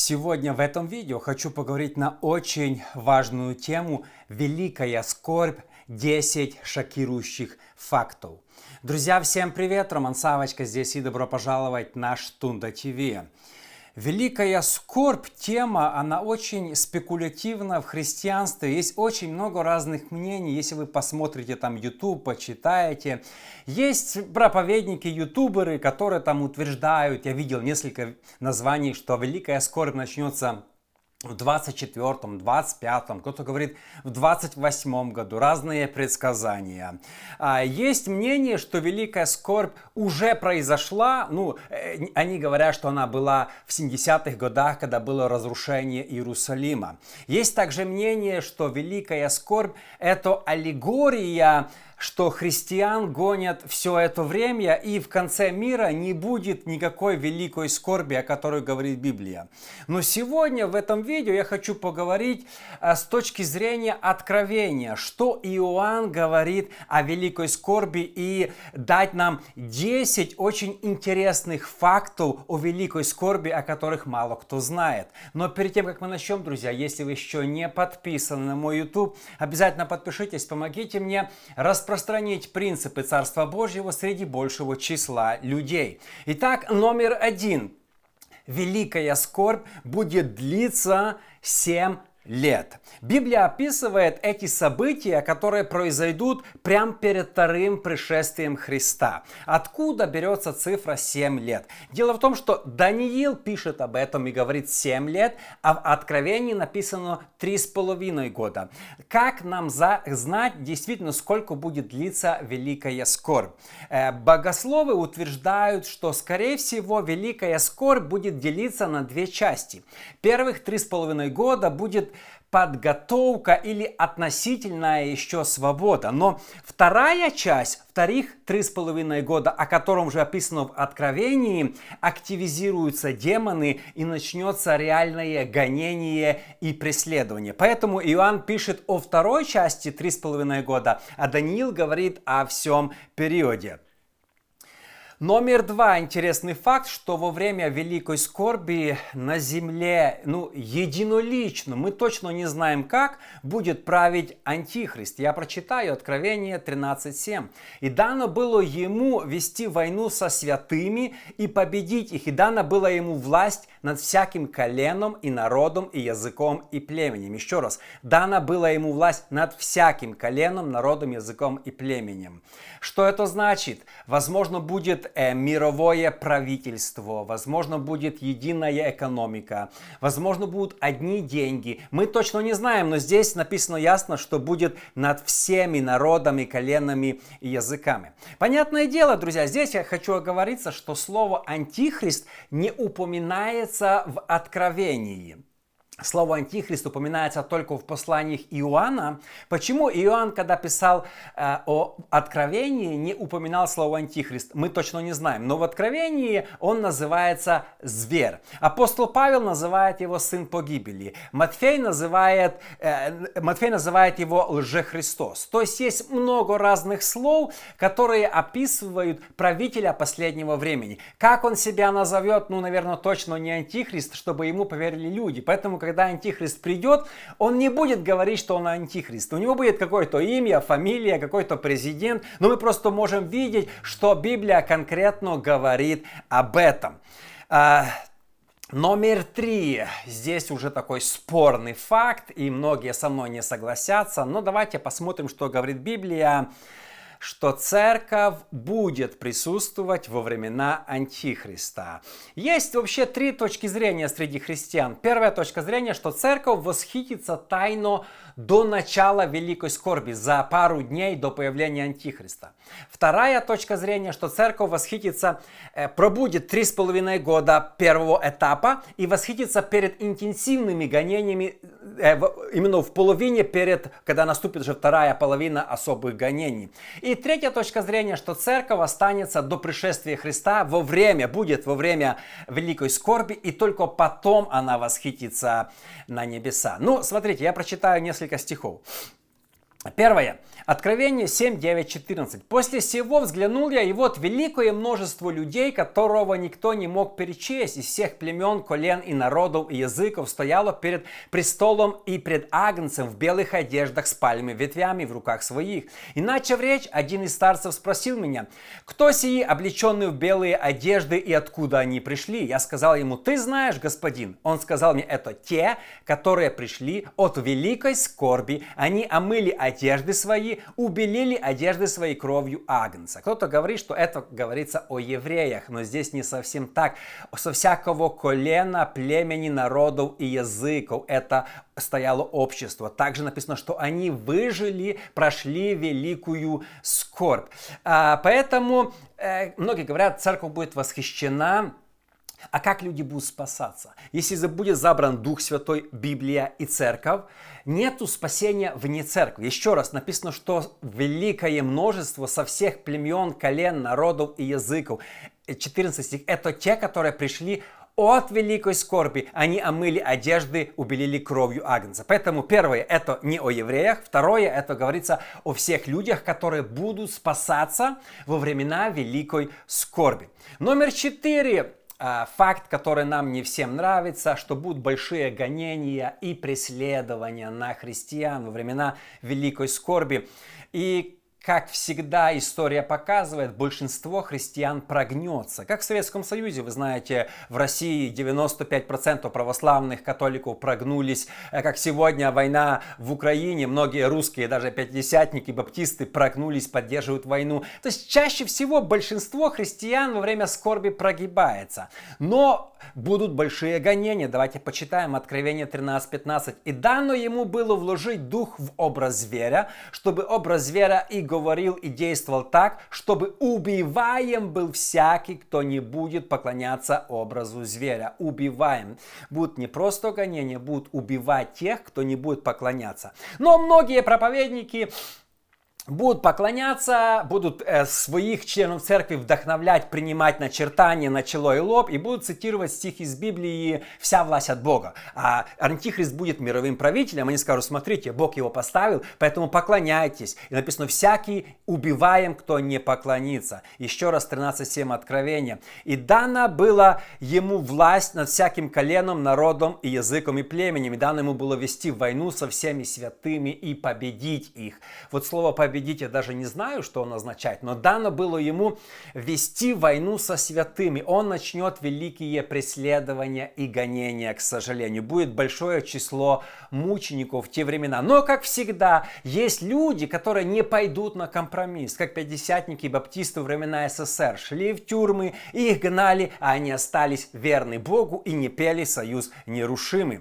Сегодня в этом видео хочу поговорить на очень важную тему «Великая скорбь. 10 шокирующих фактов». Друзья, всем привет! Роман Савочка здесь и добро пожаловать на Штунда ТВ. Великая скорбь, тема, она очень спекулятивна в христианстве. Есть очень много разных мнений. Если вы посмотрите там YouTube, почитаете. Есть проповедники, ютуберы, которые там утверждают, я видел несколько названий, что великая скорбь начнется в 24-м, 25-м, кто-то говорит в 28-м году, разные предсказания. Есть мнение, что великая скорбь уже произошла, они говорят, что она была в 70-х годах, когда было разрушение Иерусалима. Есть также мнение, что великая скорбь – это аллегория, что христиан гонят все это время, и в конце мира не будет никакой великой скорби, о которой говорит Библия. Но сегодня в этом видео я хочу поговорить с точки зрения откровения, что Иоанн говорит о великой скорби, и дать нам 10 очень интересных фактов о великой скорби, о которых мало кто знает. Но перед тем, как мы начнем, друзья, если вы еще не подписаны на мой YouTube, обязательно подпишитесь, помогите мне распространить принципы Царства Божьего среди большего числа людей. Итак, номер 1. Великая скорбь будет длиться 7 лет. Библия описывает эти события, которые произойдут прямо перед вторым пришествием Христа. Откуда берется цифра 7 лет? Дело в том, что Даниил пишет об этом и говорит 7 лет, а в Откровении написано 3,5 года. Как нам знать действительно, сколько будет длиться великая скорбь? Богословы утверждают, что, скорее всего, великая скорбь будет делиться на две части. Первых 3,5 года будет подготовка или относительная еще свобода. Но вторая часть, вторых 3,5 года, о котором уже описано в Откровении, активизируются демоны и начнется реальное гонение и преследование. Поэтому Иоанн пишет о второй части 3,5 года, а Даниил говорит о всем периоде. Номер 2. Интересный факт, что во время великой скорби на земле, единолично, мы точно не знаем как, будет править Антихрист. Я прочитаю Откровение 13:7. «И дано было ему вести войну со святыми и победить их, и дано было ему власть над всяким коленом и народом и языком и племенем». Еще раз. Дано было ему власть над всяким коленом, народом, языком и племенем. Что это значит? Возможно, будет мировое правительство, возможно, будет единая экономика, возможно, будут одни деньги. Мы точно не знаем, но здесь написано ясно, что будет над всеми народами, коленами и языками. Понятное дело, друзья, здесь я хочу оговориться, что слово «антихрист» не упоминается в Откровении. Слово «антихрист» упоминается только в посланиях Иоанна. Почему Иоанн, когда писал о Откровении, не упоминал слово «антихрист»? Мы точно не знаем. Но в Откровении он называется «зверь». Апостол Павел называет его «сын погибели». Матфей называет его «лжехристос». То есть есть много разных слов, которые описывают правителя последнего времени. Как он себя назовет? Наверное, точно не антихрист, чтобы ему поверили люди. Поэтому, когда антихрист придет, он не будет говорить, что он антихрист. У него будет какое-то имя, фамилия, какой-то президент. Но мы просто можем видеть, что Библия конкретно говорит об этом. Номер 3. Здесь уже такой спорный факт, и многие со мной не согласятся. Но давайте посмотрим, что говорит Библия. Что церковь будет присутствовать во времена Антихриста. Есть вообще 3 точки зрения среди христиан. Первая точка зрения, что церковь восхитится тайно до начала великой скорби, за пару дней до появления Антихриста. Вторая точка зрения, что церковь восхитится, пробудет 3,5 года первого этапа и восхитится перед интенсивными гонениями, именно в половине когда наступит уже вторая половина особых гонений. И третья точка зрения, что церковь останется до пришествия Христа будет во время великой скорби, и только потом она восхитится на небеса. Смотрите, я прочитаю несколько стихов. Первое. Откровение 7, 9, 14. «После сего взглянул я, и вот великое множество людей, которого никто не мог перечесть, из всех племен, колен и народов и языков, стояло перед престолом и пред Агнцем в белых одеждах с пальмами ветвями в руках своих. И начав речь, один из старцев спросил меня: кто сии, облеченные в белые одежды, и откуда они пришли? Я сказал ему: ты знаешь, господин. Он сказал мне: это те, которые пришли от великой скорби. Они омыли одежды свои, убелили одежды своей кровью Агнца». Кто-то говорит, что это говорится о евреях, но здесь не совсем так. Со всякого колена, племени, народов и языков это стояло общество. Также написано, что они выжили, прошли великую скорбь. Поэтому многие говорят, церковь будет восхищена. А как люди будут спасаться? Если будет забран Дух Святой, Библия и Церковь, нету спасения вне Церкви. Еще раз написано, что великое множество со всех племен, колен, народов и языков. 14 стих. Это те, которые пришли от великой скорби. Они омыли одежды, убелили кровью Агнца. Поэтому первое, это не о евреях. Второе, это говорится о всех людях, которые будут спасаться во времена великой скорби. Номер 4. Факт, который нам не всем нравится, что будут большие гонения и преследования на христиан во времена великой скорби. И как всегда история показывает, большинство христиан прогнется. Как в Советском Союзе, вы знаете, в России 95% православных католиков прогнулись. Как сегодня война в Украине, многие русские, даже пятидесятники, баптисты прогнулись, поддерживают войну. То есть чаще всего большинство христиан во время скорби прогибается. Но будут большие гонения. Давайте почитаем Откровение 13:15. «И дано ему было вложить дух в образ зверя, чтобы образ зверя и говорил, и действовал так, чтобы убиваем был всякий, кто не будет поклоняться образу зверя». Убиваем. Будут не просто гонения, будут убивать тех, кто не будет поклоняться. Но многие проповедники будут поклоняться, будут своих членов церкви вдохновлять, принимать начертания на чело и лоб и будут цитировать стих из Библии «Вся власть от Бога». А Антихрист будет мировым правителем, они скажут: смотрите, Бог его поставил, поэтому поклоняйтесь. И написано: «Всякий убиваем, кто не поклонится». Еще раз 13:7 Откровения. «И дана была ему власть над всяким коленом, народом и языком и племенем, и дано ему было вести войну со всеми святыми и победить их». Вот слово «победить» я даже не знаю, что он означает, но дано было ему вести войну со святыми. Он начнет великие преследования и гонения, к сожалению. Будет большое число мучеников в те времена. Но, как всегда, есть люди, которые не пойдут на компромисс, как пятидесятники и баптисты во времена СССР. Шли в тюрьмы, и их гнали, а они остались верны Богу и не пели союз нерушимый.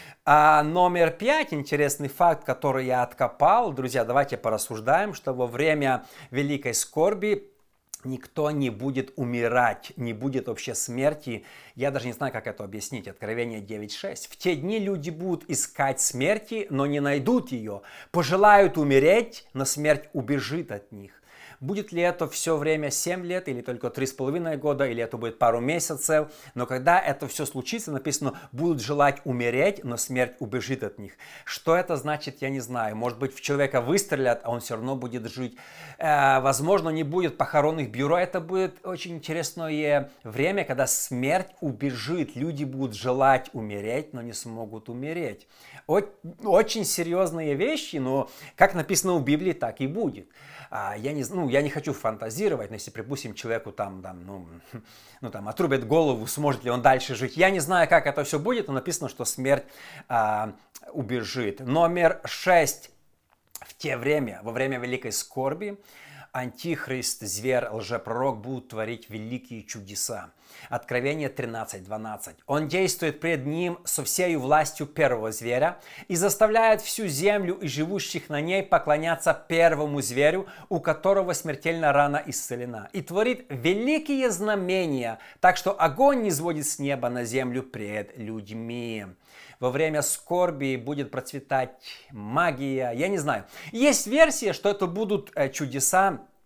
А номер 5, интересный факт, который я откопал. Друзья, давайте порассуждаем, что во время великой скорби никто не будет умирать, не будет вообще смерти. Я даже не знаю, как это объяснить. Откровение 9:6. «В те дни люди будут искать смерти, но не найдут ее. Пожелают умереть, но смерть убежит от них». Будет ли это все время 7 лет, или только 3,5 года, или это будет пару месяцев. Но когда это все случится, написано: будут желать умереть, но смерть убежит от них. Что это значит, я не знаю. Может быть, в человека выстрелят, а он все равно будет жить. Возможно, не будет похоронных бюро. Это будет очень интересное время, когда смерть убежит. Люди будут желать умереть, но не смогут умереть. Очень серьезные вещи, но как написано в Библии, так и будет. Я не хочу фантазировать, но если, припустим, человеку там отрубят голову, сможет ли он дальше жить. Я не знаю, как это все будет, но написано, что смерть убежит. Номер 6. В те время, во время великой скорби, Антихрист, зверь, лжепророк будут творить великие чудеса. Откровение 13:12. «Он действует пред ним со всею властью первого зверя и заставляет всю землю и живущих на ней поклоняться первому зверю, у которого смертельная рана исцелена, и творит великие знамения, так что огонь не сводит с неба на землю пред людьми». Во время скорби будет процветать магия. Я не знаю. Есть версия, что это будут чудеса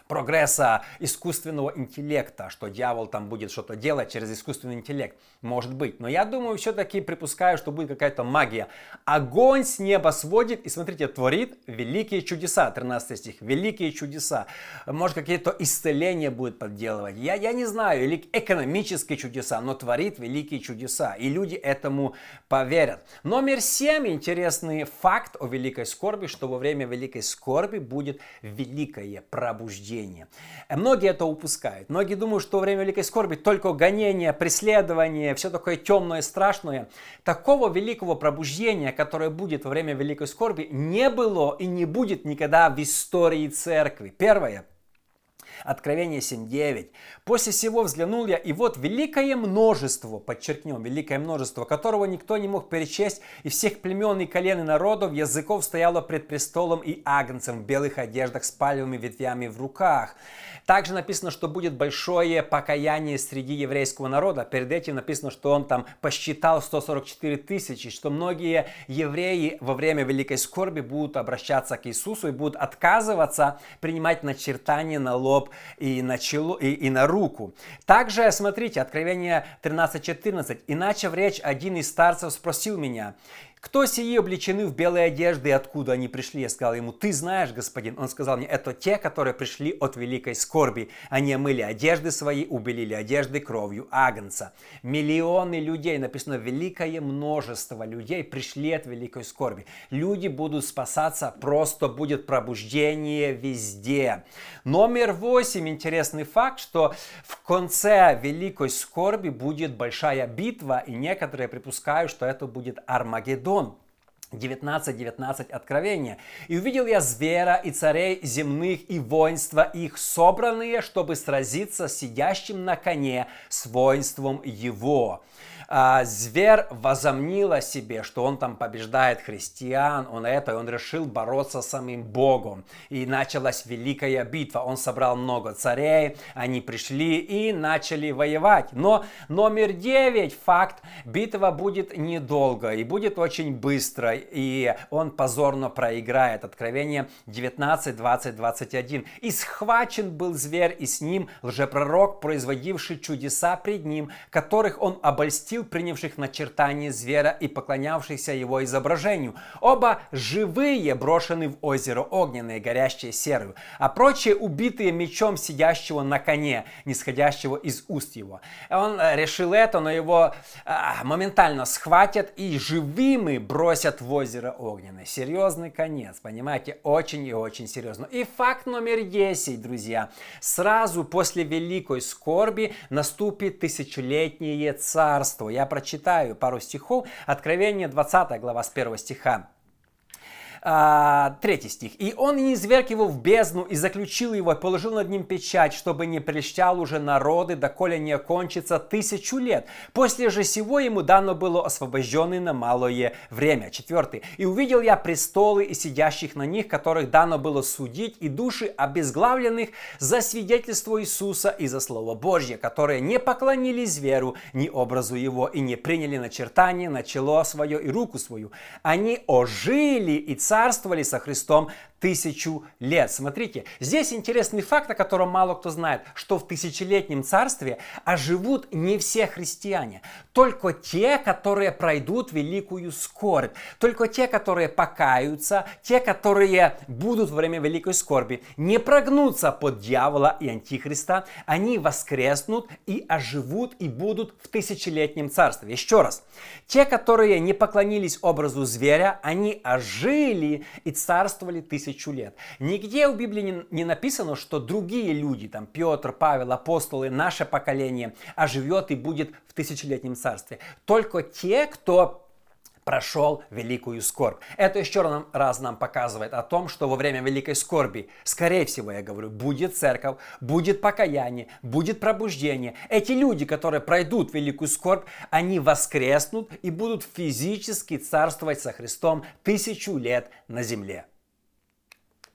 прогресса искусственного интеллекта, что дьявол там будет что-то делать через искусственный интеллект. Может быть. Но я думаю, все-таки припускаю, что будет какая-то магия. Огонь с неба сводит и, смотрите, творит великие чудеса. 13 стих. Великие чудеса. Может, какие-то исцеления будет подделывать. Я не знаю. Или экономические чудеса, но творит великие чудеса. И люди этому поверят. Номер 7. Интересный факт о великой скорби, что во время великой скорби будет великое пробуждение. Многие это упускают. Многие думают, что во время великой скорби только гонение, преследование, все такое темное и страшное. Такого великого пробуждения, которое будет во время великой скорби, не было и не будет никогда в истории церкви. Первое. Откровение 7:9. «После сего взглянул я, и вот великое множество, подчеркнем, великое множество, которого никто не мог перечесть, и всех племен и колен и народов, языков стояло пред престолом и агнцем в белых одеждах с пальмовыми ветвями в руках». Также написано, что будет большое покаяние среди еврейского народа. Перед этим написано, что он там посчитал 144 тысячи, что многие евреи во время великой скорби будут обращаться к Иисусу и будут отказываться принимать начертание на лоб и на чело, и на руку. Также, смотрите, Откровение 13:14. «Иначе в речь один из старцев спросил меня: кто сии облечены в белые одежды и откуда они пришли?» Я сказал ему: «Ты знаешь, господин». Он сказал мне: «Это те, которые пришли от великой скорби. Они омыли одежды свои, убелили одежды кровью агнца». Миллионы людей, написано, великое множество людей пришли от великой скорби. Люди будут спасаться, просто будет пробуждение везде. Номер 8. Интересный факт, что в конце великой скорби будет большая битва, и некоторые припускают, что это будет Армагеддон. 19:19 Откровения. «И увидел я зверя и царей земных и воинства их, собранные, чтобы сразиться с сидящим на коне с воинством его». Зверь возомнил о себе, что он там побеждает христиан, он решил бороться с самим Богом. И началась великая битва. Он собрал много царей, они пришли и начали воевать. Но номер 9 факт: битва будет недолго и будет очень быстро, и он позорно проиграет. Откровение 19, 20, 21. «И схвачен был зверь, и с ним лжепророк, производивший чудеса пред ним, которых он обольстил, принявших начертание зверя и поклонявшихся его изображению. Оба живые брошены в озеро огненное, горящее серою, а прочие убитые мечом сидящего на коне, нисходящего из уст его». Он решил это, но его моментально схватят и живыми бросят в озеро огненное. Серьезный конец, понимаете, очень и очень серьезно. И факт номер 10, друзья. Сразу после великой скорби наступит тысячелетнее царство. Я прочитаю пару стихов. Откровение 20 глава с 1 стиха. 3 стих. «И он не изверг его в бездну, и заключил его, и положил над ним печать, чтобы не прельщал уже народы, доколе не окончится 1000 лет. После же сего ему дано было освобожденный на малое время». 4. «И увидел я престолы и сидящих на них, которых дано было судить, и души обезглавленных за свидетельство Иисуса и за Слово Божье, которые не поклонились зверю, ни образу его, и не приняли начертание на чело свое и руку свою. Они ожили и царствовали со Христом 1000 лет». Смотрите, здесь интересный факт, о котором мало кто знает, что в тысячелетнем царстве оживут не все христиане, только те, которые пройдут великую скорбь, только те, которые покаются, те, которые будут во время великой скорби, не прогнутся под дьявола и антихриста, они воскреснут и оживут и будут в тысячелетнем царстве. Еще раз, те, которые не поклонились образу зверя, они ожили и царствовали 1000 лет. Нигде в Библии не написано, что другие люди, там Петр, Павел, апостолы, наше поколение оживет и будет в тысячелетнем царстве. Только те, кто прошел великую скорбь. Это еще раз нам показывает о том, что во время великой скорби, скорее всего, я говорю, будет церковь, будет покаяние, будет пробуждение. Эти люди, которые пройдут великую скорбь, они воскреснут и будут физически царствовать со Христом 1000 лет на земле.